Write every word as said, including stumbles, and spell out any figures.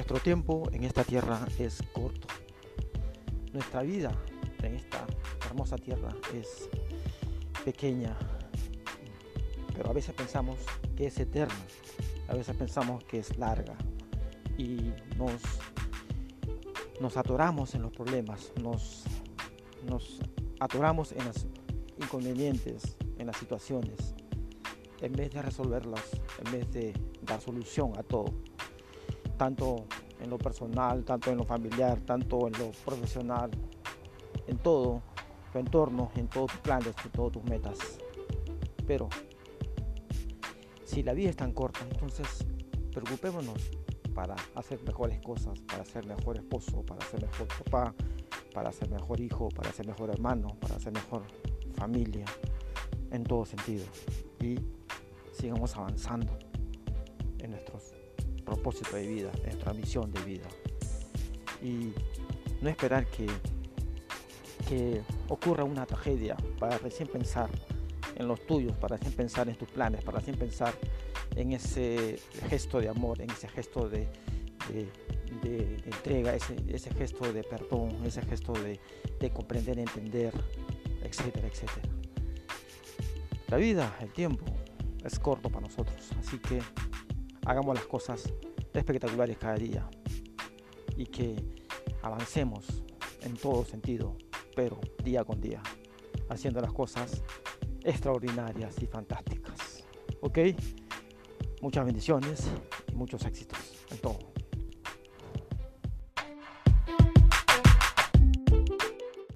Nuestro tiempo en esta tierra es corto. Nuestra vida en esta hermosa tierra es pequeña, pero a veces pensamos que es eterna, a veces pensamos que es larga y nos, nos atoramos en los problemas, nos, nos atoramos en los inconvenientes, en las situaciones, en vez de resolverlas, en vez de dar solución a todo, tanto en lo personal, tanto en lo familiar, tanto en lo profesional, en todo tu entorno, en todos tus planes, en todas tus metas. Pero si la vida es tan corta, entonces preocupémonos para hacer mejores cosas, para ser mejor esposo, para ser mejor papá, para ser mejor hijo, para ser mejor hermano, para ser mejor familia, en todo sentido. Y sigamos avanzando en nuestros propósitos de vida, en nuestra misión de vida. Y no esperar que, que ocurra una tragedia para recién pensar en los tuyos, para recién pensar en tus planes, para recién pensar en ese gesto de amor, en ese gesto de, de, de, de entrega, ese, ese gesto de perdón, ese gesto de, de comprender, entender, etcétera, etcétera. La vida, el tiempo, es corto para nosotros, así que hagamos las cosas espectaculares cada día y que avancemos en todo sentido, pero día con día, haciendo las cosas extraordinarias y fantásticas. ¿Ok? Muchas bendiciones y muchos éxitos en todo.